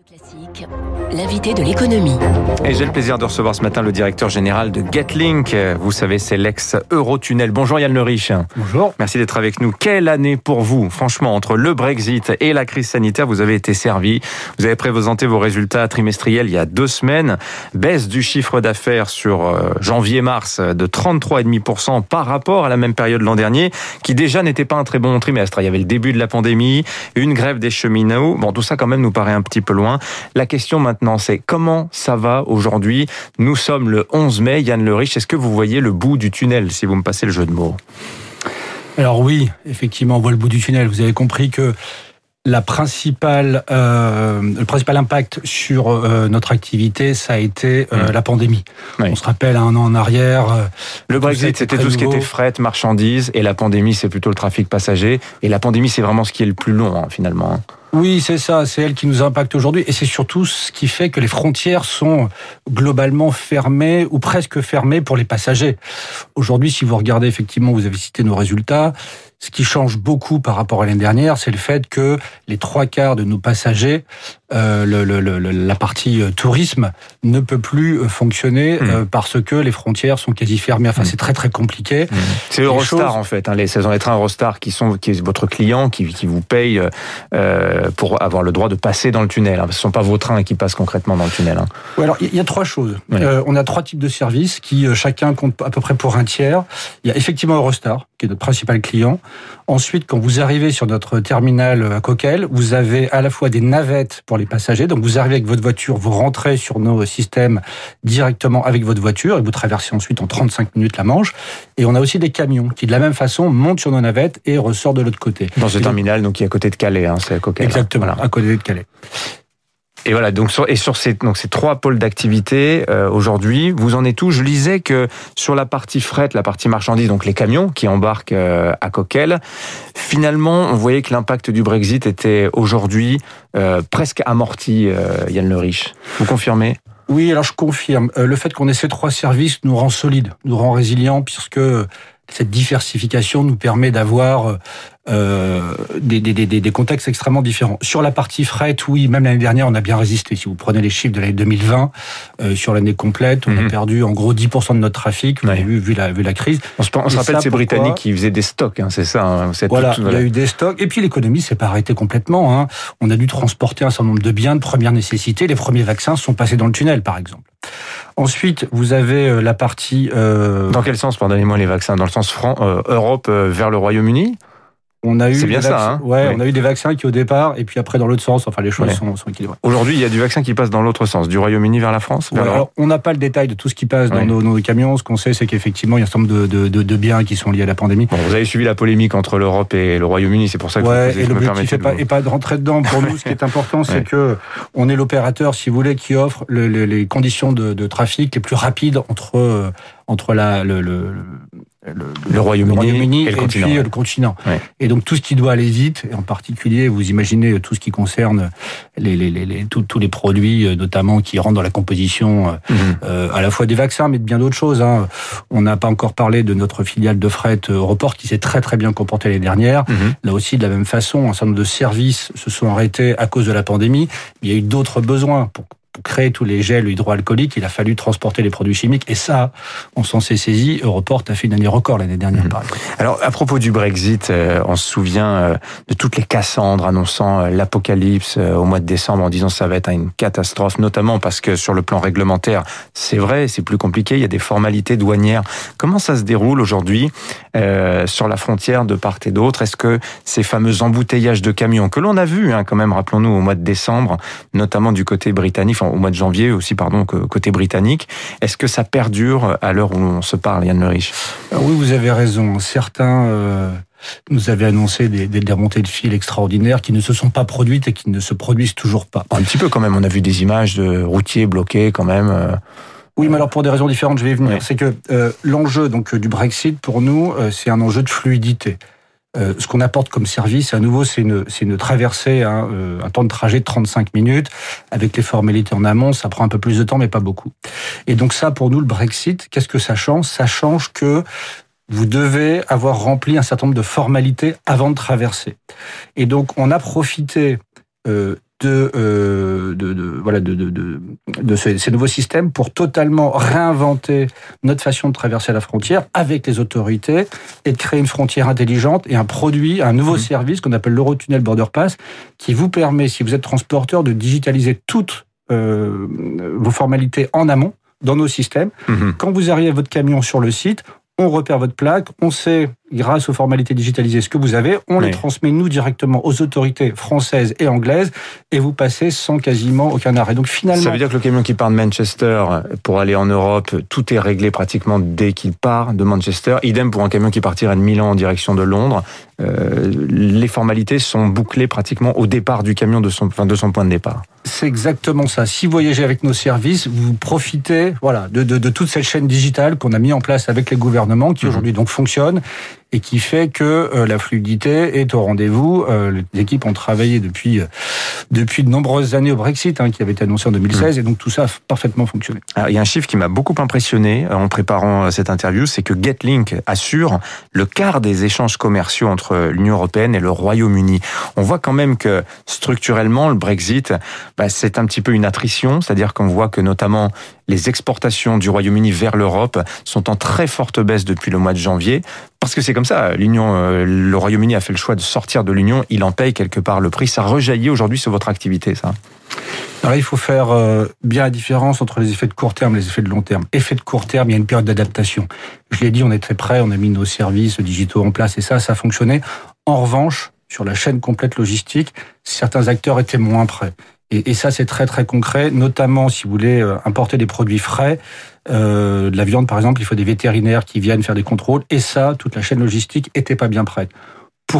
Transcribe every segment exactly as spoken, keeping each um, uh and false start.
Classique, l'invité de l'économie. Et j'ai le plaisir de recevoir ce matin le directeur général de Getlink. Vous savez, c'est l'ex-Eurotunnel. Bonjour Yann Leriche. Bonjour. Merci d'être avec nous. Quelle année pour vous? Franchement, entre le Brexit et la crise sanitaire, vous avez été servi. Vous avez présenté vos résultats trimestriels il y a deux semaines. Baisse du chiffre d'affaires sur janvier-mars de trente-trois virgule cinq pour cent par rapport à la même période l'an dernier, qui déjà n'était pas un très bon trimestre. Il y avait le début de la pandémie, une grève des cheminots. Bon, tout ça quand même nous paraît un petit peu loin. La question maintenant, c'est comment ça va aujourd'hui? Nous sommes le onze mai. Yann Leriche, est-ce que vous voyez le bout du tunnel, si vous me passez le jeu de mots? Alors oui, effectivement, on voit le bout du tunnel. Vous avez compris que la principale, euh, le principal impact sur euh, notre activité, ça a été euh, mmh. la pandémie. Oui. On se rappelle un an en arrière. Euh, le Brexit, c'était tout nouveau. Ce qui était fret, marchandises, et la pandémie, c'est plutôt le trafic passager. Et la pandémie, c'est vraiment ce qui est le plus long, hein, finalement. Oui, c'est ça, c'est elle qui nous impacte aujourd'hui, et c'est surtout ce qui fait que les frontières sont globalement fermées, ou presque fermées pour les passagers. Aujourd'hui, si vous regardez, effectivement, vous avez cité nos résultats, ce qui change beaucoup par rapport à l'année dernière, c'est le fait que les trois quarts de nos passagers, euh, le, le, le, la partie euh, tourisme, ne peut plus fonctionner mmh. euh, parce que les frontières sont quasi fermées. Enfin, mmh. c'est très très compliqué. Mmh. C'est Eurostar choses... en fait, hein, les saisons des trains Eurostar qui sont qui est votre client, qui, qui vous paye euh, pour avoir le droit de passer dans le tunnel. Hein. Ce ne sont pas vos trains qui passent concrètement dans le tunnel. Hein. Ouais, alors il y a trois choses. Oui. Euh, on a trois types de services qui euh, chacun compte à peu près pour un tiers. Il y a effectivement Eurostar, qui est notre principal client. Ensuite, quand vous arrivez sur notre terminal à Coquelles, vous avez à la fois des navettes pour les passagers. Donc, vous arrivez avec votre voiture, vous rentrez sur nos systèmes directement avec votre voiture et vous traversez ensuite en trente-cinq minutes la Manche. Et on a aussi des camions qui, de la même façon, montent sur nos navettes et ressortent de l'autre côté. Dans ce et terminal, donc, qui est à côté de Calais, hein, c'est à Coquelles. Exactement, voilà. À côté de Calais. Et voilà, donc sur, et sur ces, donc ces trois pôles d'activité, euh, aujourd'hui, vous en êtes où? Je lisais que sur la partie fret, la partie marchandise, donc les camions qui embarquent euh, à Coquelles, finalement, on voyait que l'impact du Brexit était aujourd'hui euh, presque amorti, euh, Yann Leriche. Vous confirmez? Oui, alors je confirme. Euh, le fait qu'on ait ces trois services nous rend solides, nous rend résilients, puisque cette diversification nous permet d'avoir euh, des, des, des, des contextes extrêmement différents. Sur la partie fret, oui, même l'année dernière, on a bien résisté. Si vous prenez les chiffres de l'année deux mille vingt, euh, sur l'année complète, on mmh. a perdu en gros dix pour cent de notre trafic, vous ouais. avez vu, vu la, vu la crise. On se, on se rappelle, c'est Britanniques qui faisaient des stocks, hein, c'est ça. Hein, voilà, tout, voilà, il y a eu des stocks. Et puis l'économie s'est pas arrêtée complètement. Hein. On a dû transporter un certain nombre de biens de première nécessité. Les premiers vaccins sont passés dans le tunnel, par exemple. Ensuite, vous avez la partie... Euh... Dans quel sens, pardonnez-moi, les vaccins? Dans le sens franc, euh, Europe euh, vers le Royaume-Uni? On a eu c'est bien des ça, vaccins, hein ouais, oui. on a eu des vaccins qui au départ, et puis après dans l'autre sens, enfin les choses ouais. sont, sont équilibrées. Aujourd'hui, il y a du vaccin qui passe dans l'autre sens, du Royaume-Uni vers la France vers ouais, alors, on n'a pas le détail de tout ce qui passe dans ouais. nos, nos camions. Ce qu'on sait, c'est qu'effectivement, il y a un certain nombre de, de, de, de biens qui sont liés à la pandémie. Bon, vous avez suivi la polémique entre l'Europe et le Royaume-Uni, c'est pour ça que ouais, vous posez, et je me l'objectif n'est pas, de... pas de rentrer dedans. Pour nous, ce qui est important, c'est ouais. que on est l'opérateur, si vous voulez, qui offre le, le, les conditions de, de trafic les plus rapides entre, euh, entre la, le, le Le, le Royaume-Uni, Royaume-Uni et, le et continent, puis ouais. le continent. Ouais. Et donc tout ce qui doit aller vite, et en particulier, vous imaginez tout ce qui concerne les, les, les, les, tous les produits, notamment qui rentrent dans la composition mm-hmm. euh, à la fois des vaccins, mais de bien d'autres choses. Hein. On n'a pas encore parlé de notre filiale de fret Europort qui s'est très très bien comportée l'année dernière. Mm-hmm. Là aussi, de la même façon, un certain nombre de services se sont arrêtés à cause de la pandémie. Il y a eu d'autres besoins pour Pour créer tous les gels hydroalcooliques, il a fallu transporter les produits chimiques. Et ça, on s'en s'est saisi. Europort a fait une année record l'année dernière, mmh. par exemple. Alors, à propos du Brexit, euh, on se souvient euh, de toutes les Cassandres annonçant euh, l'apocalypse euh, au mois de décembre en disant que ça va être une catastrophe, notamment parce que sur le plan réglementaire, c'est vrai, c'est plus compliqué, il y a des formalités douanières. Comment ça se déroule aujourd'hui euh, sur la frontière de part et d'autre? Est-ce que ces fameux embouteillages de camions que l'on a vus, hein, quand même, rappelons-nous, au mois de décembre, notamment du côté britannique, au mois de janvier aussi, pardon, côté britannique. Est-ce que ça perdure à l'heure où on se parle, Yann Leriche? Oui, vous avez raison. Certains euh, nous avaient annoncé des, des, des remontées de fil extraordinaires qui ne se sont pas produites et qui ne se produisent toujours pas. Un petit peu quand même. On a vu des images de routiers bloqués quand même. Euh... Oui, mais alors pour des raisons différentes, je vais y venir. Oui. C'est que euh, l'enjeu donc du Brexit, pour nous, euh, c'est un enjeu de fluidité. Euh, ce qu'on apporte comme service, à nouveau, c'est une, c'est une traversée, hein, euh, un temps de trajet de trente-cinq minutes. Avec les formalités en amont, ça prend un peu plus de temps, mais pas beaucoup. Et donc ça, pour nous, le Brexit, qu'est-ce que ça change? Ça change que vous devez avoir rempli un certain nombre de formalités avant de traverser. Et donc, on a profité euh, de, euh, de, de voilà de de de, de ces, ces nouveaux systèmes pour totalement réinventer notre façon de traverser la frontière avec les autorités et de créer une frontière intelligente et un produit, un nouveau mmh. service qu'on appelle l'Eurotunnel Border Pass, qui vous permet, si vous êtes transporteur, de digitaliser toutes euh, vos formalités en amont dans nos systèmes. Mmh. Quand vous arrivez à votre camion sur le site, on repère votre plaque, on sait, grâce aux formalités digitalisées, ce que vous avez, on oui. les transmet, nous, directement aux autorités françaises et anglaises, et vous passez sans quasiment aucun arrêt. Donc finalement... Ça veut dire que le camion qui part de Manchester pour aller en Europe, tout est réglé pratiquement dès qu'il part de Manchester. Idem pour un camion qui partirait de Milan en direction de Londres. Euh, les formalités sont bouclées pratiquement au départ du camion, de son, enfin, de son point de départ. C'est exactement ça. Si vous voyagez avec nos services, vous profitez voilà, de, de, de toute cette chaîne digitale qu'on a mis en place avec les gouvernements, qui mmh. aujourd'hui donc fonctionne, et qui fait que euh, la fluidité est au rendez-vous. Euh, les équipes ont travaillé depuis euh, depuis de nombreuses années au Brexit, hein, qui avait été annoncé en deux mille seize, mmh. et donc tout ça a parfaitement fonctionné. Alors, il y a un chiffre qui m'a beaucoup impressionné en préparant cette interview, c'est que Getlink assure le quart des échanges commerciaux entre l'Union européenne et le Royaume-Uni. On voit quand même que structurellement, le Brexit, bah, c'est un petit peu une attrition, c'est-à-dire qu'on voit que notamment les exportations du Royaume-Uni vers l'Europe sont en très forte baisse depuis le mois de janvier, parce que c'est comme ça. L'Union, euh, le Royaume-Uni a fait le choix de sortir de l'Union, il en paye quelque part le prix. Ça rejaillit aujourd'hui sur votre activité, ça. Alors là, il faut faire euh, bien la différence entre les effets de court terme et les effets de long terme. Effet de court terme, il y a une période d'adaptation. Je l'ai dit, on est très près, on a mis nos services digitaux en place et ça, ça a fonctionné. En revanche, sur la chaîne complète logistique, certains acteurs étaient moins prêts. Et, et ça, c'est très très concret, notamment si vous voulez euh, importer des produits frais, euh, de la viande par exemple, il faut des vétérinaires qui viennent faire des contrôles. Et ça, toute la chaîne logistique était pas bien prête. Pourquoi ?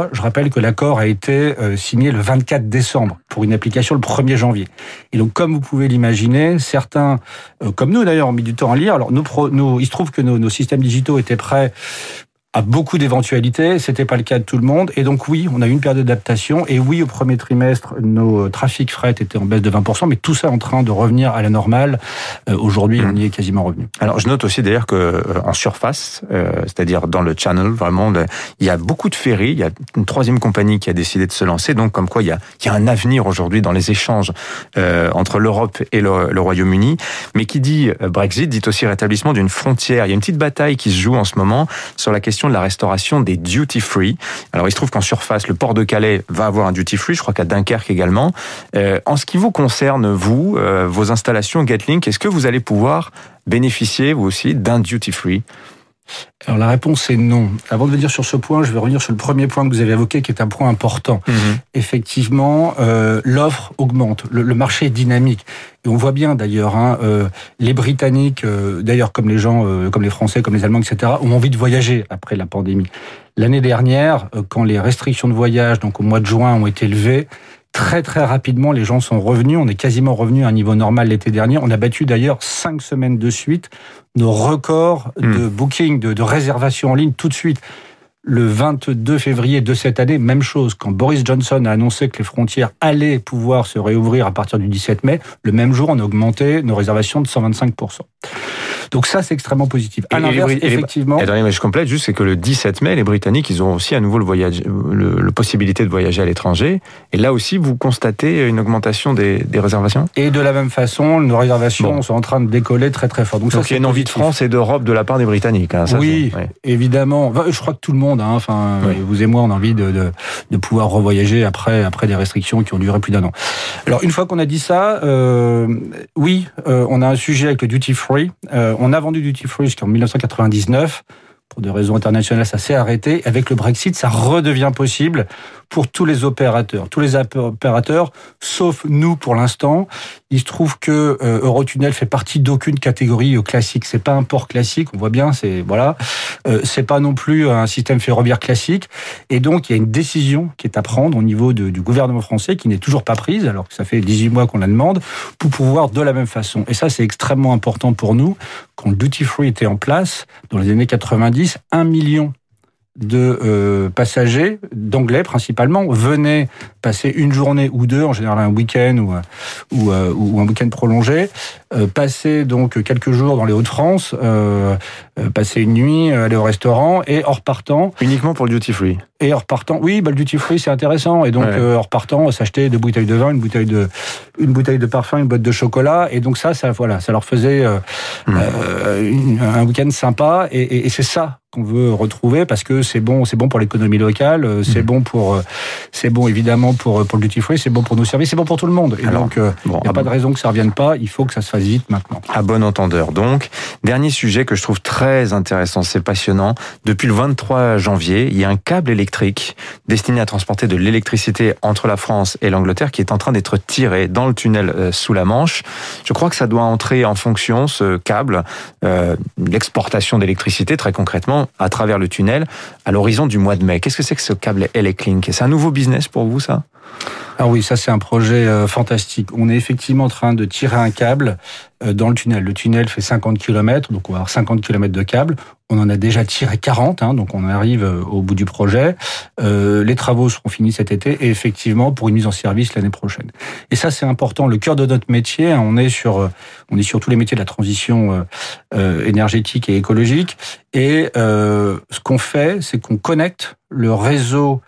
Je rappelle que l'accord a été euh, signé le vingt-quatre décembre pour une application le premier janvier. Et donc, comme vous pouvez l'imaginer, certains, euh, comme nous d'ailleurs, ont mis du temps à lire. Alors, nos pro, nos, il se trouve que nos, nos systèmes digitaux étaient prêts à beaucoup d'éventualités, c'était pas le cas de tout le monde, et donc oui, on a eu une période d'adaptation, et oui, au premier trimestre, nos trafics fret étaient en baisse de vingt pour cent, mais tout ça est en train de revenir à la normale. Euh, aujourd'hui, mmh. on y est quasiment revenu. Alors, je note aussi d'ailleurs que en surface, euh, c'est-à-dire dans le channel, vraiment, le, il y a beaucoup de ferries, il y a une troisième compagnie qui a décidé de se lancer, donc comme quoi il y a, il y a un avenir aujourd'hui dans les échanges euh, entre l'Europe et le, le Royaume-Uni, mais qui dit Brexit, dit aussi rétablissement d'une frontière. Il y a une petite bataille qui se joue en ce moment sur la question de la restauration des duty free. Alors il se trouve qu'en surface, le port de Calais va avoir un duty free, je crois qu'à Dunkerque également. Euh, en ce qui vous concerne, vous, euh, vos installations Getlink, est-ce que vous allez pouvoir bénéficier, vous aussi, d'un duty free ? Alors la réponse est non. Avant de venir sur ce point, je vais revenir sur le premier point que vous avez évoqué, qui est un point important. Mmh. Effectivement, euh, l'offre augmente, le, le marché est dynamique. Et on voit bien d'ailleurs, hein, euh, les Britanniques, euh, d'ailleurs comme les gens, euh, comme les Français, comme les Allemands, et cetera, ont envie de voyager après la pandémie. L'année dernière, euh, quand les restrictions de voyage, donc au mois de juin, ont été levées, très très rapidement, les gens sont revenus. On est quasiment revenus à un niveau normal l'été dernier. On a battu d'ailleurs cinq semaines de suite nos records mmh. de booking, de, de réservation en ligne tout de suite. Le vingt-deux février de cette année, même chose. Quand Boris Johnson a annoncé que les frontières allaient pouvoir se réouvrir à partir du dix-sept mai, le même jour, on a augmenté nos réservations de cent vingt-cinq pour cent. Donc ça, c'est extrêmement positif. À l'inverse, et, et, effectivement... Et, et, mais je complète juste, c'est que le dix-sept mai, les Britanniques, ils ont aussi à nouveau le voyage, le, le possibilité de voyager à l'étranger. Et là aussi, vous constatez une augmentation des, des réservations ? Et de la même façon, nos réservations bon. sont en train de décoller très très fort. Donc, Donc ça, il y a une envie de France et d'Europe de la part des Britanniques. Hein, ça, oui, ouais. évidemment. Je crois que tout le monde, hein, enfin, oui. vous et moi, on a envie de, de, de pouvoir revoyager après, après des restrictions qui ont duré plus d'un an. Alors, une fois qu'on a dit ça, euh, oui, euh, on a un sujet avec le duty free. Euh, on a vendu du duty free jusqu'en dix-neuf cent quatre-vingt-dix-neuf. Pour des raisons internationales, ça s'est arrêté. Avec le Brexit, ça redevient possible pour tous les opérateurs. Tous les opérateurs, sauf nous pour l'instant. Il se trouve que euh, Eurotunnel fait partie d'aucune catégorie euh, classique. C'est pas un port classique, on voit bien, c'est voilà. Euh, c'est pas non plus un système ferroviaire classique. Et donc, il y a une décision qui est à prendre au niveau de, du gouvernement français, qui n'est toujours pas prise, alors que ça fait dix-huit mois qu'on la demande, pour pouvoir de la même façon. Et ça, c'est extrêmement important pour nous. Quand le duty free était en place, dans les années quatre-vingt-dix, un million de euh, passagers, d'anglais principalement, venaient passer une journée ou deux, en général un week-end ou, ou, euh, ou un week-end prolongé, euh, passer donc quelques jours dans les Hauts-de-France, euh, euh, passer une nuit, euh, aller au restaurant, et en repartant... Uniquement pour le duty free. Et en repartant, oui, bah, le duty free c'est intéressant. Et donc ouais. euh, en repartant, s'acheter deux bouteilles de vin, une bouteille de, une bouteille de parfum, une boîte de chocolat. Et donc ça, ça, voilà, ça leur faisait euh, mmh. euh, une, un week-end sympa. Et, et, et c'est ça qu'on veut retrouver parce que c'est bon, c'est bon pour l'économie locale, c'est mmh. bon pour, c'est bon évidemment pour pour le duty free, c'est bon pour nos services, c'est bon pour tout le monde. Et Alors, donc il euh, n'y bon, a pas bon. de raison que ça revienne pas. Il faut que ça se fasse vite maintenant. À bon entendeur. Donc dernier sujet que je trouve très intéressant, c'est passionnant. Depuis le vingt-trois janvier, il y a un câble électrique destiné à transporter de l'électricité entre la France et l'Angleterre qui est en train d'être tiré dans le tunnel euh, sous la Manche. Je crois que ça doit entrer en fonction, ce câble, euh, l'exportation d'électricité très concrètement à travers le tunnel à l'horizon du mois de mai. Qu'est-ce que c'est que ce câble ElecLink ? C'est un nouveau business pour vous, ça ? Ah oui, ça c'est un projet euh, fantastique. On est effectivement en train de tirer un câble euh, dans le tunnel. Le tunnel fait cinquante kilomètres, donc on va avoir cinquante kilomètres de câble. On en a déjà tiré quarante, hein, donc on arrive euh, au bout du projet. Euh, les travaux seront finis cet été et effectivement pour une mise en service l'année prochaine. Et ça c'est important, le cœur de notre métier. Hein, on est sur, euh, on est sur tous les métiers de la transition euh, euh, énergétique et écologique. Et euh, ce qu'on fait, c'est qu'on connecte le réseau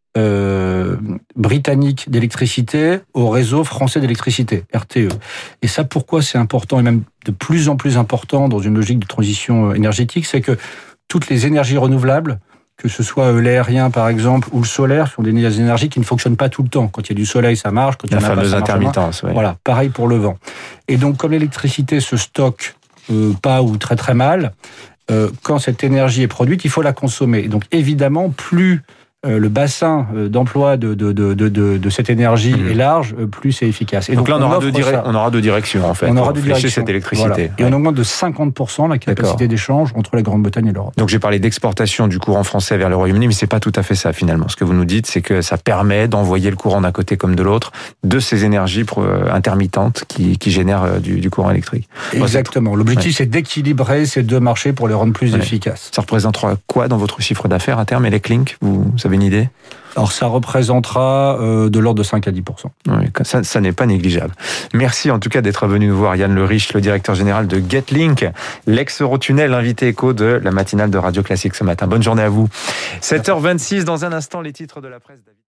Euh, britannique d'électricité au réseau français d'électricité, R T E. Et ça, pourquoi c'est important, et même de plus en plus important dans une logique de transition énergétique, c'est que toutes les énergies renouvelables, que ce soit l'aérien par exemple, ou le solaire, sont des énergies qui ne fonctionnent pas tout le temps. Quand il y a du soleil, ça marche. Quand il y en a pas, ça marche intermittence, oui. Voilà, pareil pour le vent. Et donc, comme l'électricité se stocke euh, pas ou très très mal, euh, quand cette énergie est produite, il faut la consommer. Et donc, évidemment, plus Euh, le bassin d'emploi de, de, de, de, de cette énergie mmh. est large, plus c'est efficace. Et donc, donc là, on, on, aura deux dire- on aura deux directions, en fait. On aura deux directions. Cette électricité. Voilà. Et ouais. on augmente de cinquante pour cent la capacité D'accord. d'échange entre la Grande-Bretagne et l'Europe. Donc j'ai parlé d'exportation du courant français vers le Royaume-Uni, mais c'est pas tout à fait ça, finalement. Ce que vous nous dites, c'est que ça permet d'envoyer le courant d'un côté comme de l'autre, de ces énergies intermittentes qui, qui génèrent du, du courant électrique. Exactement. L'objectif, ouais. c'est d'équilibrer ces deux marchés pour les rendre plus ouais. efficaces. Ça représentera quoi dans votre chiffre d'affaires à terme, ElecLink ? Vous, vous avez une idée ? Alors ça représentera euh, de l'ordre de cinq à dix pour cent. Oui, ça, ça n'est pas négligeable. Merci en tout cas d'être venu nous voir, Yann Le Riche, le directeur général de GetLink, l'ex-Eurotunnel, invité éco de la matinale de Radio Classique ce matin. Bonne journée à vous. sept heures vingt-six, dans un instant, les titres de la presse.